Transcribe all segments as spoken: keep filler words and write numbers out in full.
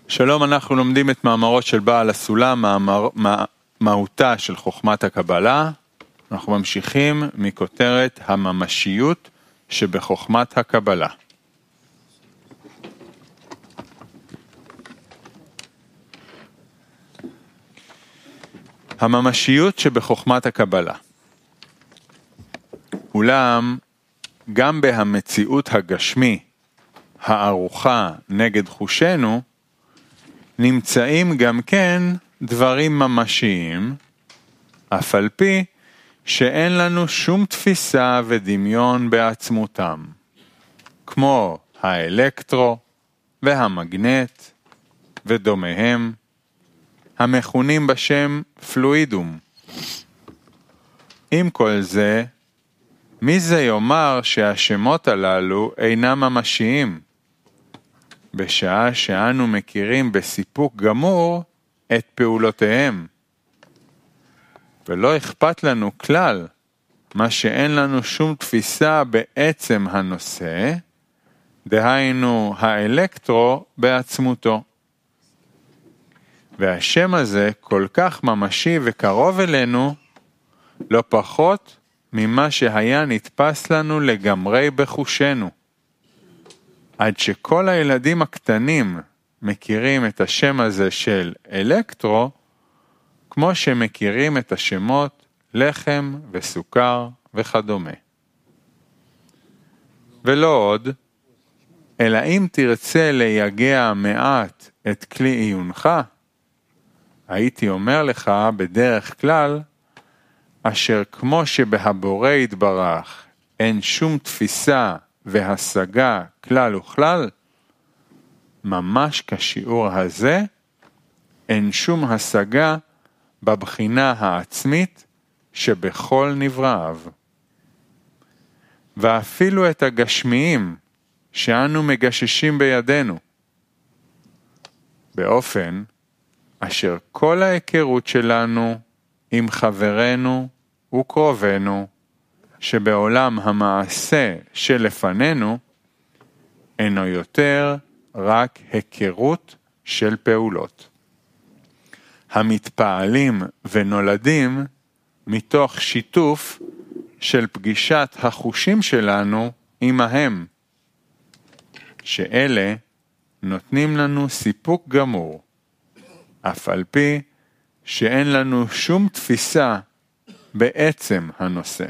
שלום, אנחנו לומדים את מאמרות של בעל הסולם, מאמר, מה, מהותה של חוכמת הקבלה. אנחנו ממשיכים מכותרת הממשיות שבחוכמת הקבלה. הממשיות שבחוכמת הקבלה. אולם, גם בהמציאות הגשמי, הערוכה נגד חושנו, נמצאים גם כן דברים ממשיים, אף על פי שאין לנו שום תפיסה ודמיון בעצמותם, כמו האלקטרו והמגנט ודומיהם, המכונים בשם פלואידום. עם כל זה, מי זה יאמר שהשמות הללו אינם ממשיים, בשעה שאנו מכירים בסיפוק גמור את פעולותיהם, ולא אכפת לנו כלל מה שאין לנו שום תפיסה בעצם הנושא, דהיינו האלקטרו בעצמותו. והשם הזה כל כך ממשי וקרוב אלינו, לא פחות ממה שהיה נתפס לנו לגמרי בחושנו. עד שכל הילדים הקטנים מכירים את השם הזה של אלקטרו, כמו שמכירים את השמות לחם וסוכר וכדומה. ולא עוד, אלא אם תרצה ליגע מעט את כלי עיונך, הייתי אומר לך בדרך כלל, אשר כמו שבהבורא יתברך אין שום תפיסה והשגה כלל וכלל, ממש כשיעור הזה, אין שום השגה בבחינה העצמית שבכל נבראיו. ואפילו את הגשמיים שאנו מגששים בידינו, באופן אשר כל ההיכרות שלנו עם חברנו וקרובנו, שבעולם המעשה שלפנינו, אינו יותר רק היכרות של פעולות. המתפעלים ונולדים מתוך שיתוף של פגישת החושים שלנו עמהם, שאלה נותנים לנו סיפוק גמור, אף על פי שאין לנו שום תפיסה בעצם הנושא.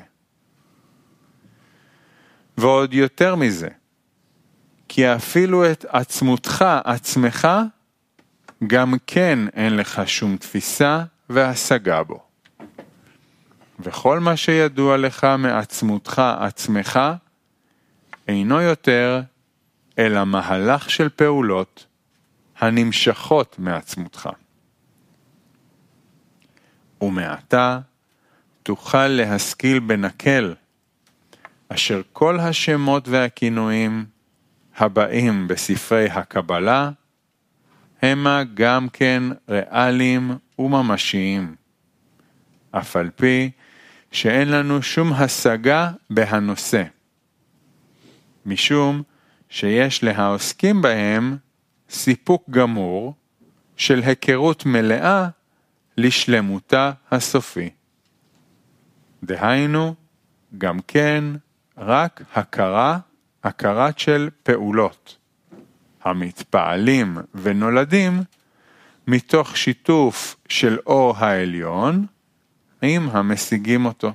ועוד יותר מזה, כי אפילו את עצמותך עצמך, גם כן אין לך שום תפיסה והשגה בו. וכל מה שידוע לך מעצמותך עצמך, אינו יותר אלא מהלך של פעולות הנמשכות מעצמותך. ומעתה תוכל להשכיל בנקל, אשר כל השמות והכינויים הבאים בספרי הקבלה, המה גם כן ריאליים וממשיים, אף על פי שאין לנו שום השגה בהנושא, משום שיש להעוסקים בהם סיפוק גמור של היכרות מלאה לשלמותה הסופי. דהיינו, גם כן רק הכרה, הכרת של פעולות, המתפעלים ונולדים מתוך שיתוף של אור העליון עם המשיגים אותו.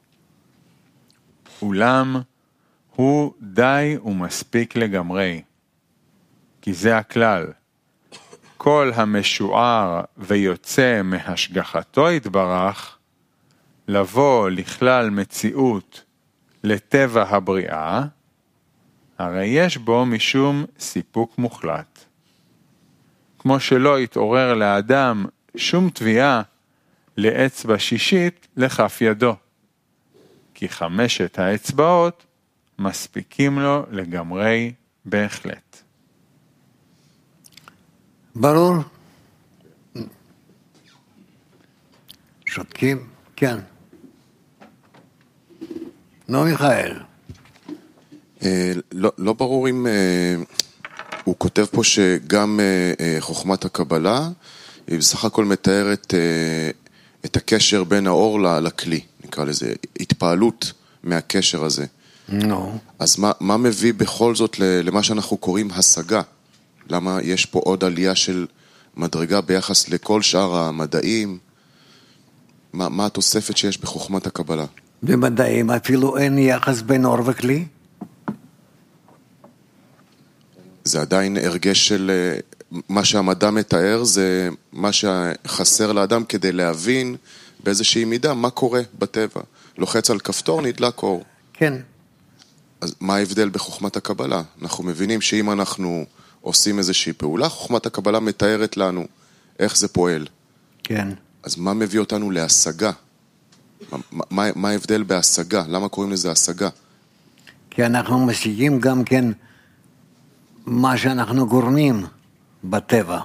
אולם הוא די ומספיק לגמרי, כי זה הכלל. כל המשוער ויוצא מהשגחתו יתברך, לבוא לכלל מציאות לטבע הבריאה, הרי יש בו משום סיפוק מוחלט. כמו שלא יתעורר לאדם שום תביעה לאצבע שישית לכף ידו, כי חמשת האצבעות מספיקים לו לגמרי בהחלט. ברור? שותקים? כן. נו, מיכאל. לא, לא ברור אם הוא כותב פה שגם חוכמת הקבלה, היא בסך הכל מתארת את הקשר בין האור לכלי, נקרא לזה, התפעלות מהקשר הזה. נו. אז מה, מה מביא בכל זאת למה שאנחנו קוראים השגה? למה יש פה עוד עלייה של מדרגה ביחס לכל שאר המדעים? מה, מה התוספת שיש בחוכמת הקבלה? במדעים אפילו אין יחס בין אור וכלי? זה עדיין הרגש של מה שהמדע מתאר, זה מה שחסר לאדם כדי להבין באיזושהי מידה מה קורה בטבע. לוחץ על כפתור, נדלק אור. כן. אז מה ההבדל בחוכמת הקבלה? אנחנו מבינים שאם אנחנו עושים איזושהי פעולה, חוכמת הקבלה מתארת לנו איך זה פועל. כן. אז מה מביא אותנו להשגה? מה, מה, מה ההבדל בהשגה? למה קוראים לזה השגה? כי אנחנו משיגים גם כן מה שאנחנו גורמים בטבע.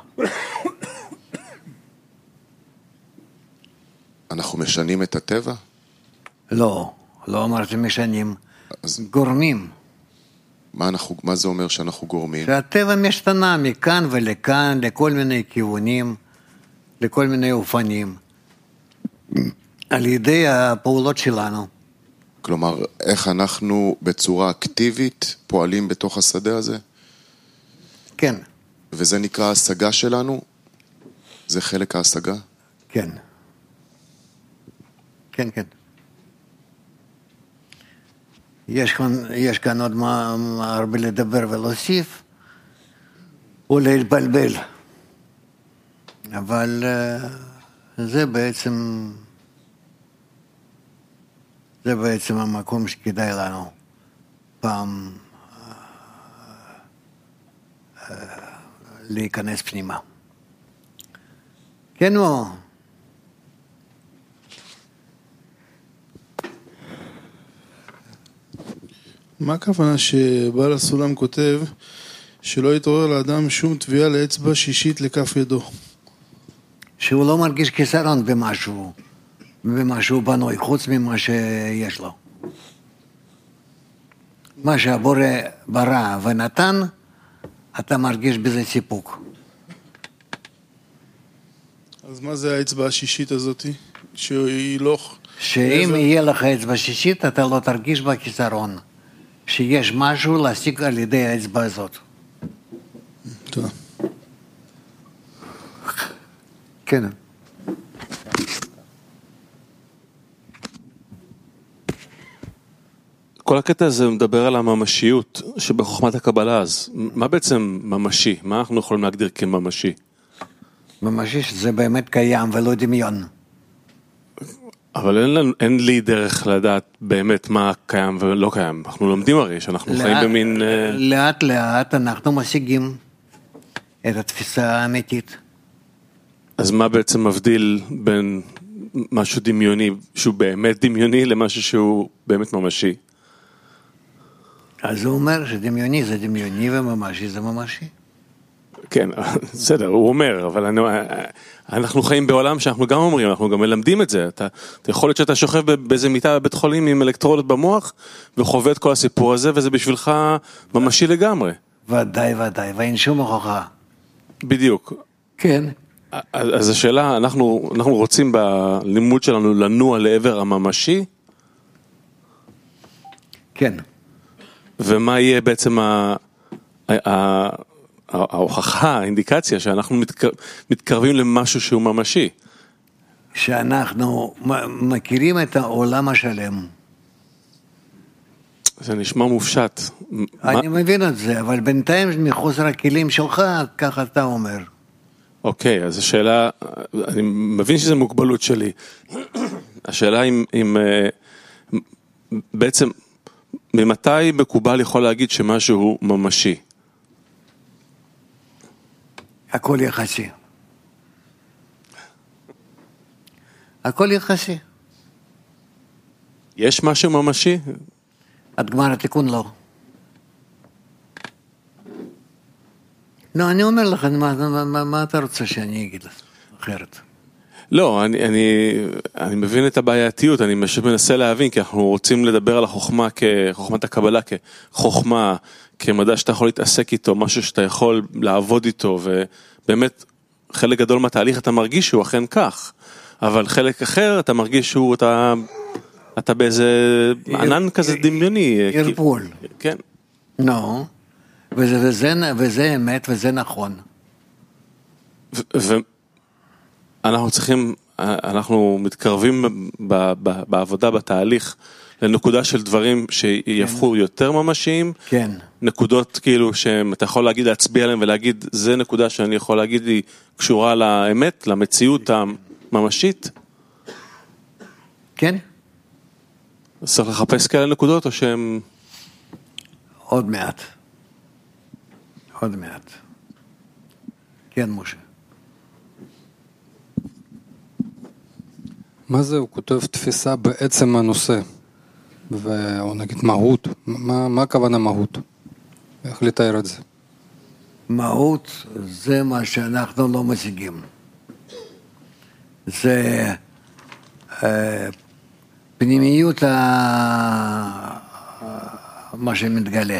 אנחנו משנים את הטבע? לא, לא אמרתי משנים. אז גורמים. מה, אנחנו, מה זה אומר שאנחנו גורמים? שהטבע משתנה מכאן ולכאן, לכל מיני כיוונים, לכל מיני אופנים, על ידי הפעולות שלנו. כלומר, איך אנחנו בצורה אקטיבית פועלים בתוך השדה הזה? כן. וזה נקרא השגה שלנו? זה חלק ההשגה? כן. כן, כן. יש כאן, יש כאן עוד מה, מה הרבה לדבר ולהוסיף, או להתבלבל. אבל זה בעצם, זה בעצם המקום שכדאי לנו פעם להיכנס פנימה. כן או? מה הכוונה שבעל הסולם כותב שלא יתעורר לאדם שום תביעה לאצבע שישית לכף ידו? שהוא לא מרגיש כיסרון במשהו, במשהו בנוי, חוץ ממה שיש לו. מה שהבורא ברא ונתן, אתה מרגיש בזה סיפוק. אז מה זה האצבע השישית הזאת? שהיא לא... שאם יהיה לך אצבע שישית, אתה לא תרגיש בה כיסרון. שיש משהו להשיג על ידי האצבע הזאת. תודה. כן. כל הקטע הזה מדבר על הממשיות שבחוכמת הקבלה, אז מה בעצם ממשי? מה אנחנו יכולים להגדיר כממשי? ממשי שזה באמת קיים ולא דמיון. אבל אין, לנו, אין לי דרך לדעת באמת מה קיים ולא קיים. אנחנו לומדים הרי שאנחנו לאט, חיים במין... לאט לאט אנחנו משיגים את התפיסה האמיתית. אז מה בעצם מבדיל בין משהו דמיוני, שהוא באמת דמיוני, למשהו שהוא באמת ממשי? אז הוא אומר שדמיוני זה דמיוני וממשי זה ממשי. כן, בסדר, הוא אומר, אבל אני, אנחנו חיים בעולם שאנחנו גם אומרים, אנחנו גם מלמדים את זה. אתה, אתה יכול להיות שאתה שוכב באיזה מיטה בבית חולים עם אלקטרודות במוח, וחווה את כל הסיפור הזה, וזה בשבילך ממשי לגמרי. ודאי, ודאי, ואין שום הוכחה. בדיוק. כן. אז השאלה, אנחנו, אנחנו רוצים בלימוד שלנו לנוע לעבר הממשי? כן. ומה יהיה בעצם ה... ה ההוכחה, האינדיקציה שאנחנו מתקר... מתקרבים למשהו שהוא ממשי. שאנחנו מכירים את העולם השלם. זה נשמע מופשט. אני מה... מבין את זה, אבל בינתיים מחוסר הכלים שלך, ככה אתה אומר. אוקיי, אז השאלה, אני מבין שזה מוגבלות שלי. השאלה אם, אם בעצם, ממתי מקובל יכול להגיד שמשהו הוא ממשי? הכל יחסי. הכל יחסי. יש משהו ממשי? עד גמר התיקון לא. לא, אני אומר לך, מה, מה, מה, מה אתה רוצה שאני אגיד אחרת? לא, אני, אני, אני מבין את הבעייתיות, אני מנסה להבין, כי אנחנו רוצים לדבר על החוכמה כחוכמת הקבלה, כחוכמה, כמדע שאתה יכול להתעסק איתו, משהו שאתה יכול לעבוד איתו, ובאמת חלק גדול מהתהליך אתה מרגיש שהוא אכן כך, אבל חלק אחר אתה מרגיש שהוא, אתה, אתה באיזה ענן כזה דמיוני. ערפול. כן. לא, וזה, וזה, וזה אמת וזה נכון. ואנחנו צריכים, אנחנו מתקרבים ב, ב, בעבודה, בתהליך, לנקודה של דברים שיפכו יותר ממשיים, כן. נקודות כאילו שאתה יכול להגיד, להצביע עליהם ולהגיד, זה נקודה שאני יכול להגיד היא קשורה לאמת, למציאות הממשית. כן. צריך לחפש כאלה נקודות או שהם... עוד מעט. עוד מעט. כן, משה. מה זה? הוא כותב תפיסה בעצם הנושא, ו... או נגיד מהות. מה, מה הכוונה מהות? איך לתאר את זה? מהות זה מה שאנחנו לא משיגים. זה אה, פנימיות ה... מה שמתגלה.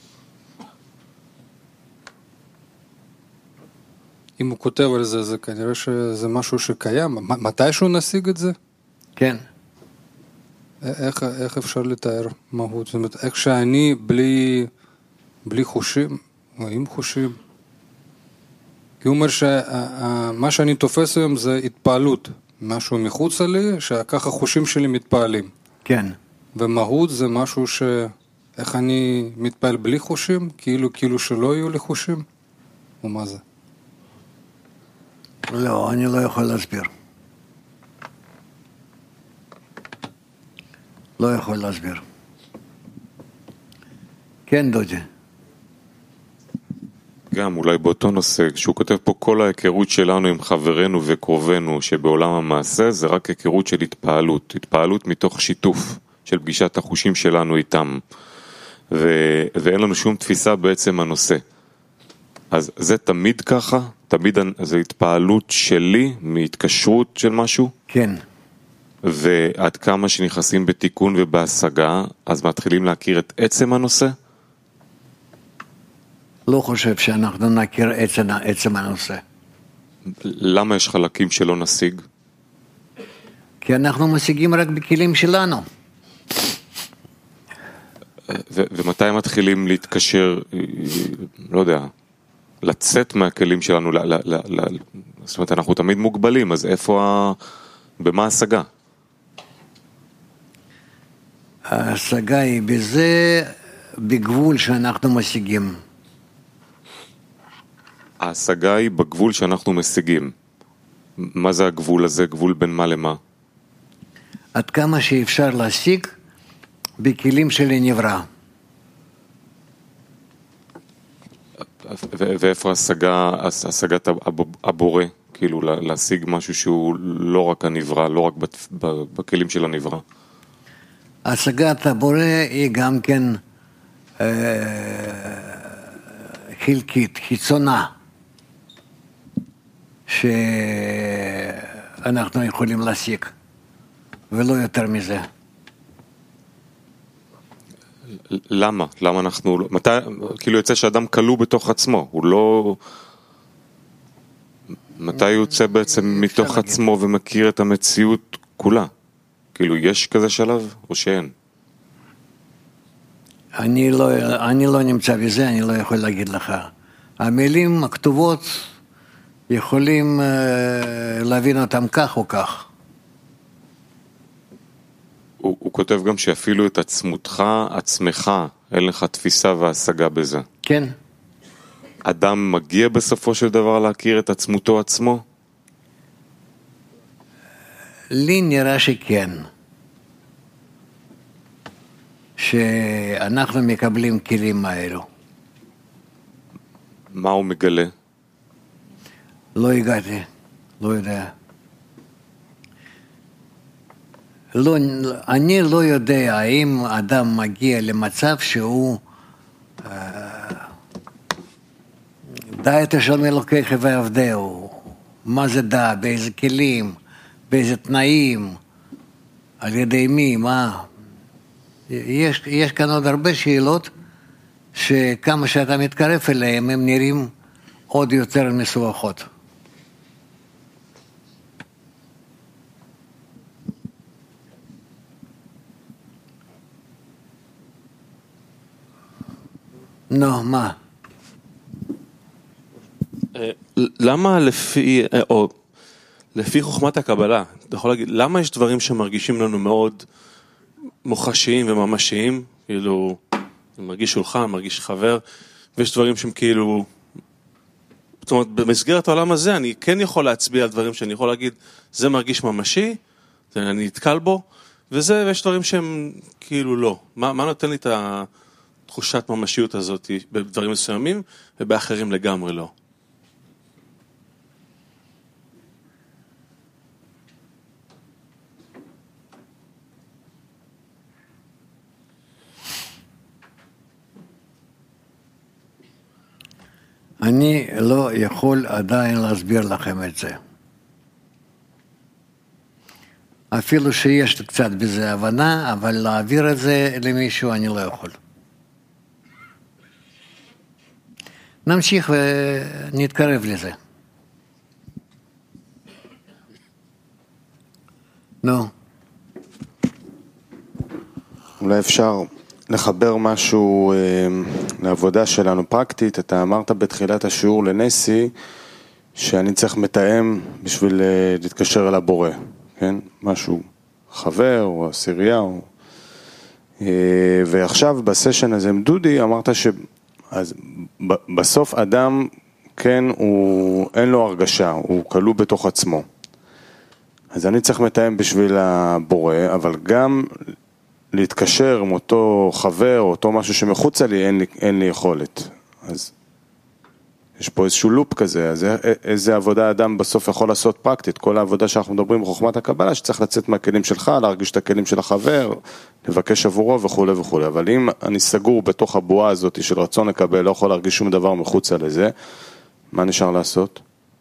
אם הוא כותב על זה, זה כנראה שזה משהו שקיים. מתישהו נשיג את זה? כן. איך, איך אפשר לתאר מהות? זאת אומרת, איך שאני בלי, בלי חושים, או עם חושים. כי הוא אומר שמה שאני תופס היום זה התפעלות. משהו מחוץ לי, שככה חושים שלי מתפעלים. כן. ומהות זה משהו ש... איך אני מתפעל בלי חושים? כאילו, כאילו שלא יהיו לי חושים? או מה זה? לא, אני לא יכול להסביר. לא יכול להסביר. כן, דודי. גם אולי באותו נושא, כשהוא כותב פה כל ההיכרות שלנו עם חברינו וקרובנו שבעולם המעשה, זה רק היכרות של התפעלות, התפעלות מתוך שיתוף של פגישת החושים שלנו איתם, ו... ואין לנו שום תפיסה בעצם הנושא. אז זה תמיד ככה? תמיד זה התפעלות שלי מהתקשרות של משהו? כן. ועד כמה שנכנסים בתיקון ובהשגה, אז מתחילים להכיר את עצם הנושא? לא חושב שאנחנו נכיר עצם, עצם הנושא. למה יש חלקים שלא נשיג? כי אנחנו משיגים רק בכלים שלנו. ו- ומתי מתחילים להתקשר, לא יודע, לצאת מהכלים שלנו, ל- ל- ל- ל- זאת אומרת, אנחנו תמיד מוגבלים, אז איפה, ה- במה ההשגה? ההשגה היא בזה, בגבול שאנחנו משיגים. ההשגה היא בגבול שאנחנו משיגים. מה זה הגבול הזה? גבול בין מה למה? עד כמה שאפשר להשיג בכלים של נברא. ו- ואיפה ההשגה, השגת הבורא? כאילו להשיג משהו שהוא לא רק הנברא, לא רק בכלים של הנברא. השגת הבורא היא גם כן אה, חלקית, חיצונה, שאנחנו יכולים להשיג, ולא יותר מזה. למה? למה אנחנו, מתי, כאילו יוצא שאדם כלוא בתוך עצמו, הוא לא, מתי הוא יוצא בעצם מתוך עצמו ומכיר את המציאות כולה? כאילו יש כזה שלב או שאין? אני לא, אני לא נמצא בזה, אני לא יכול להגיד לך. המילים הכתובות יכולים uh, להבין אותם כך או כך. הוא, הוא כותב גם שאפילו את עצמותך, עצמך, אין לך תפיסה והשגה בזה. כן. אדם מגיע בסופו של דבר להכיר את עצמותו עצמו? לי נראה שכן. שאנחנו מקבלים כלים האלו. מה הוא מגלה? לא הגעתי, לא יודע. לא, אני לא יודע האם אדם מגיע למצב שהוא דע את השם אלוקיך ועבדהו. מה זה דע? באיזה כלים? באיזה תנאים, על ידי מי, מה. יש, יש כאן עוד הרבה שאלות, שכמה שאתה מתקרב אליהם, הם נראים עוד יותר מסובכות. נו, מה? למה לפי, או לפי חוכמת הקבלה, אתה יכול להגיד, למה יש דברים שמרגישים לנו מאוד מוחשיים וממשיים, כאילו, אני מרגיש שולחן, מרגיש חבר, ויש דברים שהם כאילו, זאת אומרת, במסגרת העולם הזה, אני כן יכול להצביע על דברים שאני יכול להגיד, זה מרגיש ממשי, אני נתקל בו, וזה, ויש דברים שהם כאילו לא. מה, מה נותן לי את התחושת ממשיות הזאת בדברים מסוימים, ובאחרים לגמרי לא? אני לא יכול עדיין להסביר לכם את זה. אפילו שיש קצת בזה הבנה, אבל להעביר את זה למישהו אני לא יכול. נמשיך ונתקרב לזה. נו. אולי אפשר לחבר משהו אה, לעבודה שלנו פרקטית. אתה אמרת בתחילת השיעור לנסי שאני צריך מתאם בשביל אה, להתקשר אל הבורא, כן? משהו חבר או עשירייה או... אה, ועכשיו בסשן הזה עם דודי אמרת ש... אז ב- בסוף אדם, כן, הוא, אין לו הרגשה, הוא כלוא בתוך עצמו. אז אני צריך מתאם בשביל הבורא, אבל גם להתקשר עם אותו חבר או אותו משהו שמחוצה לי, אין לי, אין לי יכולת. אז יש פה איזשהו לופ כזה, אז איזה עבודה אדם בסוף יכול לעשות פרקטית? כל העבודה שאנחנו מדברים בחוכמת הקבלה, שצריך לצאת מהכלים שלך, להרגיש את הכלים של החבר, לבקש עבורו וכו' וכו'. אבל אם אני סגור בתוך הבועה הזאת של רצון לקבל, לא יכול להרגיש שום דבר מחוצה לזה, מה נשאר לעשות?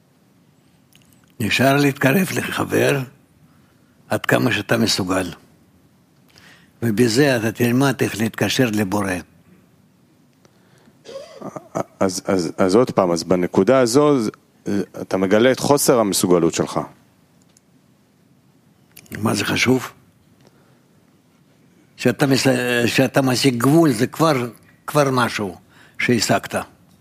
נשאר להתקרב לחבר עד כמה שאתה מסוגל. ובזה אתה תלמד איך להתקשר לבורא. אז, אז, אז עוד פעם, אז בנקודה הזו, אתה מגלה את חוסר המסוגלות שלך. מה זה חשוב? שאתה, מס... שאתה משיג גבול, זה כבר, כבר משהו שהשגת.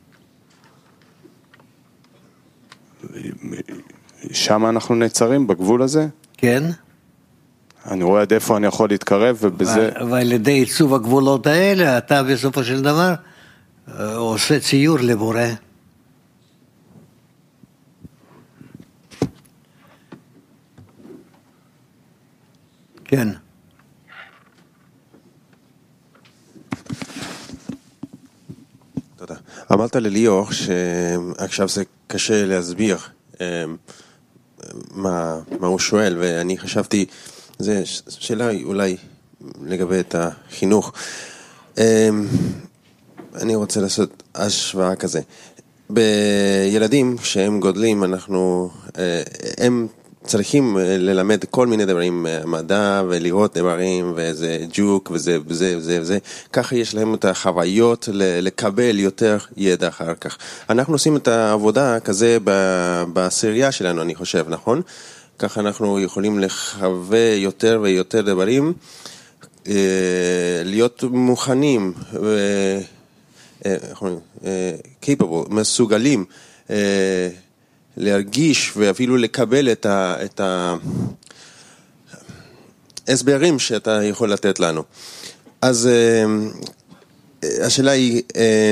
שם אנחנו נעצרים, בגבול הזה? כן. אני רואה עד איפה אני יכול להתקרב, ובזה... ועל ידי עיצוב הגבולות האלה, אתה בסופו של דבר עושה ציור לבורא. כן. תודה. אמרת לליאור שעכשיו זה קשה להסביר מה, מה הוא שואל, ואני חשבתי, זו שאלה אולי לגבי את החינוך. אני רוצה לעשות השוואה כזה. בילדים שהם גודלים, אנחנו, הם צריכים ללמד כל מיני דברים, מדע ולראות דברים, וזה ג'וק וזה וזה וזה וזה. ככה יש להם את החוויות לקבל יותר ידע אחר כך. אנחנו עושים את העבודה כזה בעשירייה שלנו, אני חושב, נכון? ככה אנחנו יכולים לחווה יותר ויותר דברים, להיות מוכנים ו... capable, מסוגלים להרגיש ואפילו לקבל את ה, את ההסברים שאתה יכול לתת לנו. אז השאלה היא,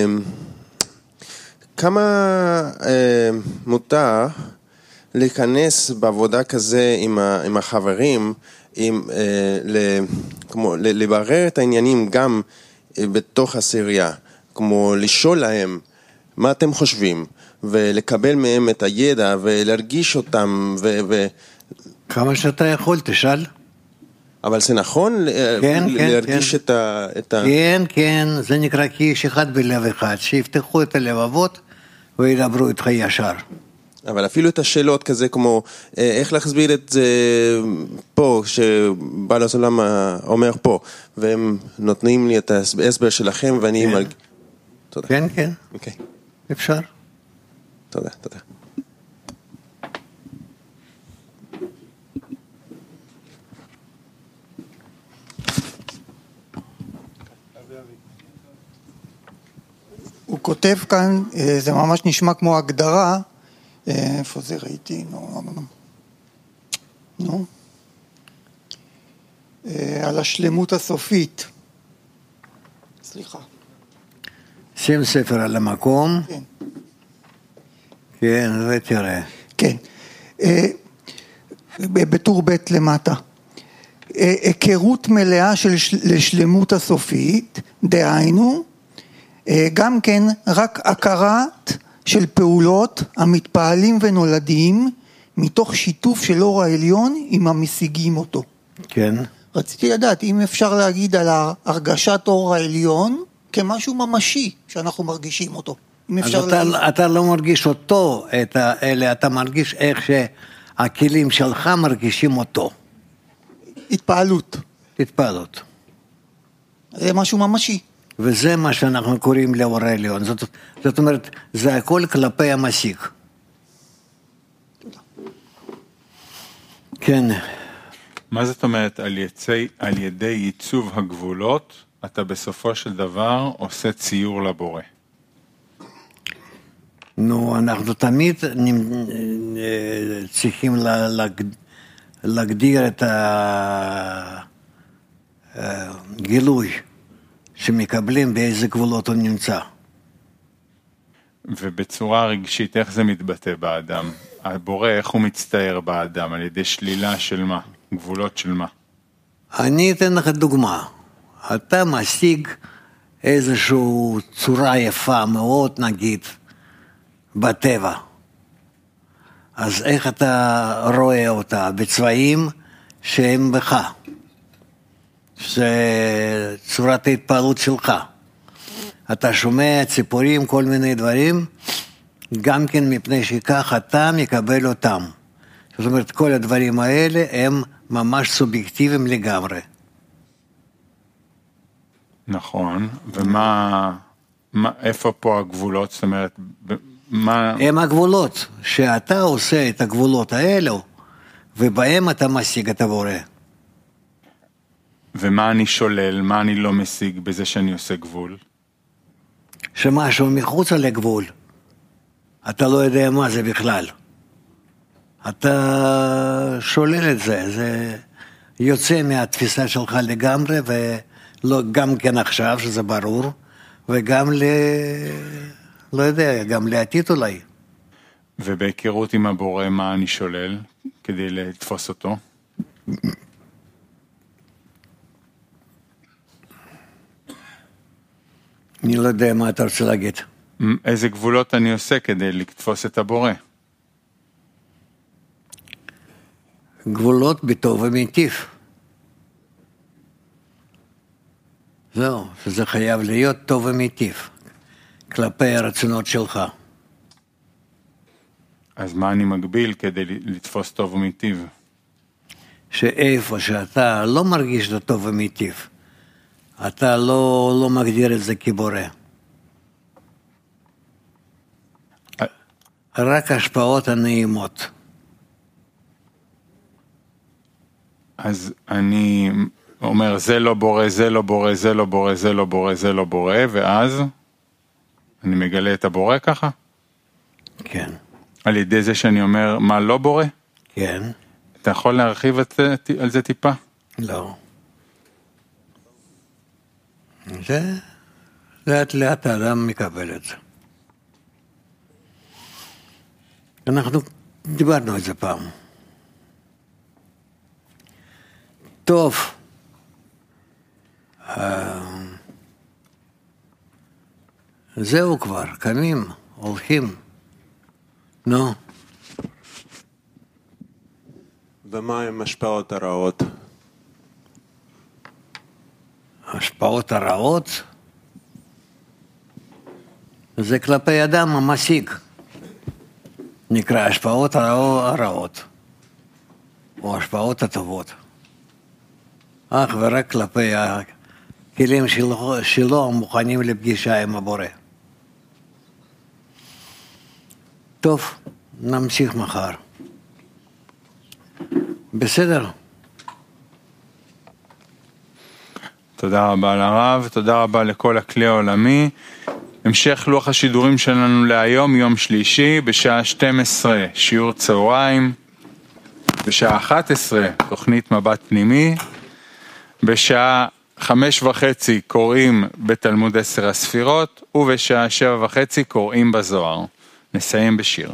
כמה מותר להיכנס בעבודה כזה עם, ה, עם החברים, עם, כמו, לברר את העניינים גם בתוך הסירייה, כמו לשאול להם מה אתם חושבים, ולקבל מהם את הידע, ולהרגיש אותם, ו... ו... כמה שאתה יכול, תשאל. אבל זה נכון כן, להרגיש כן, את ה... את ה... כן, כן, זה נקרא כאיש אחד בלב אחד, שיפתחו את הלבבות, וידברו איתך ישר. אבל אפילו את השאלות כזה כמו, איך להסביר את זה פה, שבעל הסולם אומר פה, והם נותנים לי את ההסבר שלכם, ואני כן. מרג... תודה. כן, כן. אוקיי. אפשר. תודה, תודה. הוא כותב כאן, זה ממש נשמע כמו הגדרה, איפה זה ראיתי, נו, נו, על השלמות הסופית. סליחה. שים ספר על המקום. כן. כן, ותראה. כן. בטור ב' למטה. היכרות מלאה של לשלמות הסופית, דהיינו, גם כן רק הכרת של פעולות המתפעלים ונולדים מתוך שיתוף של אור העליון עם המשיגים אותו. כן. רציתי לדעת אם אפשר להגיד על הרגשת אור העליון כמשהו ממשי שאנחנו מרגישים אותו. אז אתה, אתה לא מרגיש אותו, את האלה, אתה מרגיש איך שהכלים שלך מרגישים אותו. התפעלות. התפעלות. זה משהו ממשי. וזה מה שאנחנו קוראים לאור העליון. זאת, זאת אומרת, זה הכל כלפי המשיג. כן. מה זאת אומרת, על, יצי, על ידי ייצוב הגבולות, אתה בסופו של דבר עושה ציור לבורא? נו, אנחנו תמיד צריכים להגדיר את הגילוי שמקבלים באיזה גבולות הוא נמצא. ובצורה רגשית, איך זה מתבטא באדם? הבורא, איך הוא מצטער באדם? על ידי שלילה של מה? גבולות של מה? אני אתן לך דוגמה. אתה משיג איזושהי צורה יפה מאוד, נגיד, בטבע. אז איך אתה רואה אותה? בצבעים שהם בך. זה צורת ההתפעלות שלך. אתה שומע ציפורים, כל מיני דברים, גם כן מפני שכך אתה מקבל אותם. זאת אומרת, כל הדברים האלה הם ממש סובייקטיביים לגמרי. נכון, ומה, מה, איפה פה הגבולות? זאת אומרת, מה... הם הגבולות, שאתה עושה את הגבולות האלו, ובהם אתה משיג את הבורא. ומה אני שולל, מה אני לא משיג בזה שאני עושה גבול? שמשהו מחוץ לגבול, אתה לא יודע מה זה בכלל. אתה שולל את זה, זה יוצא מהתפיסה שלך לגמרי, וגם כן עכשיו, שזה ברור, וגם ל... לא יודע, גם לעתיד אולי. ובהיכרות עם הבורא, מה אני שולל כדי לתפוס אותו? אני לא יודע מה אתה רוצה להגיד. איזה גבולות אני עושה כדי לתפוס את הבורא? גבולות בטוב ומיטיב. זהו, שזה חייב להיות טוב ומיטיב, כלפי הרצונות שלך. אז מה אני מגביל כדי לתפוס טוב ומיטיב? שאיפה שאתה לא מרגיש את טוב ומיטיב, אתה לא, לא מגדיר את זה כבורא. רק השפעות הנעימות. אז אני אומר, זה לא בורא, זה לא בורא, זה לא בורא, זה לא בורא, זה לא בורא, ואז אני מגלה את הבורא ככה? כן. על ידי זה שאני אומר, מה לא בורא? כן. אתה יכול להרחיב את, על זה טיפה? לא. זה, לאט לאט האדם מקבל את זה. אנחנו דיברנו את זה פעם. טוב. זהו כבר, קמים, הולכים. נו. ומה עם השפעות הרעות? השפעות הרעות? זה כלפי אדם המשיג. נקרא השפעות הרעות, או השפעות הטובות. אך ורק כלפי הכלים שלו, שלו מוכנים לפגישה עם הבורא. טוב, נמשיך מחר. בסדר? תודה רבה לרב, תודה רבה לכל הכלי העולמי. המשך לוח השידורים שלנו להיום, יום שלישי, בשעה שתים עשרה שיעור צהריים, בשעה אחת עשרה תוכנית מבט פנימי, בשעה חמש וחצי קוראים בתלמוד עשר הספירות, ובשעה שבע וחצי קוראים בזוהר. נסיים בשיר.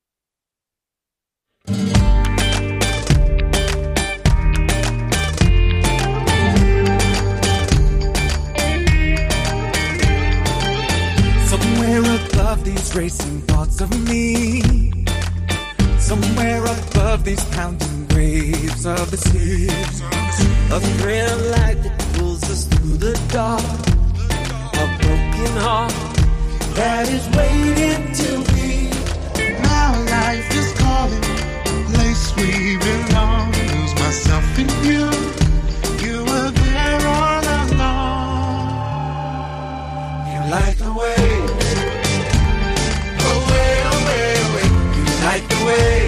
Above these racing thoughts of me, somewhere above these pounding waves of the sea, a thrill light that pulls us through the dark, a broken heart that is waiting to be. Now life is calling, place we belong. Lose myself in you, you were there all along. You light the way. Light the way,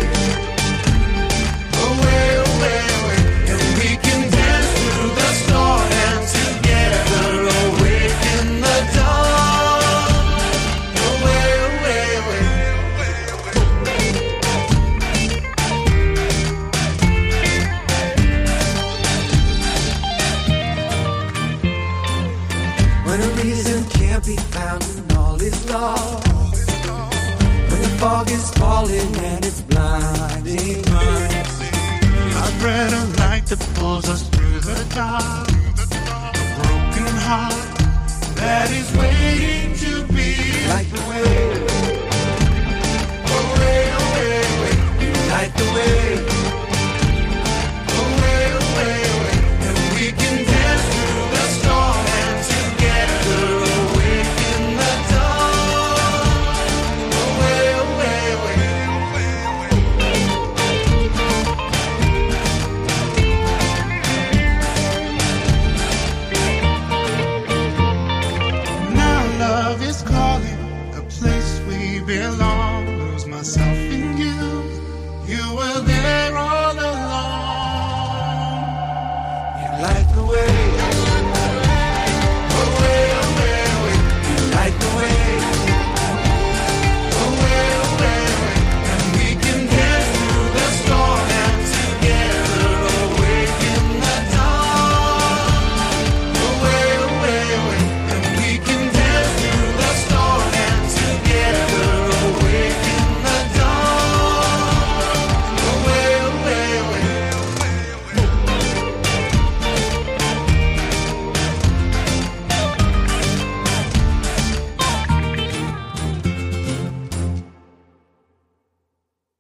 away, away, away, and we can dance through the storm and together awake in the dawn. Away, away, away. When a reason can't be found and all is lost, when the fog is falling and it's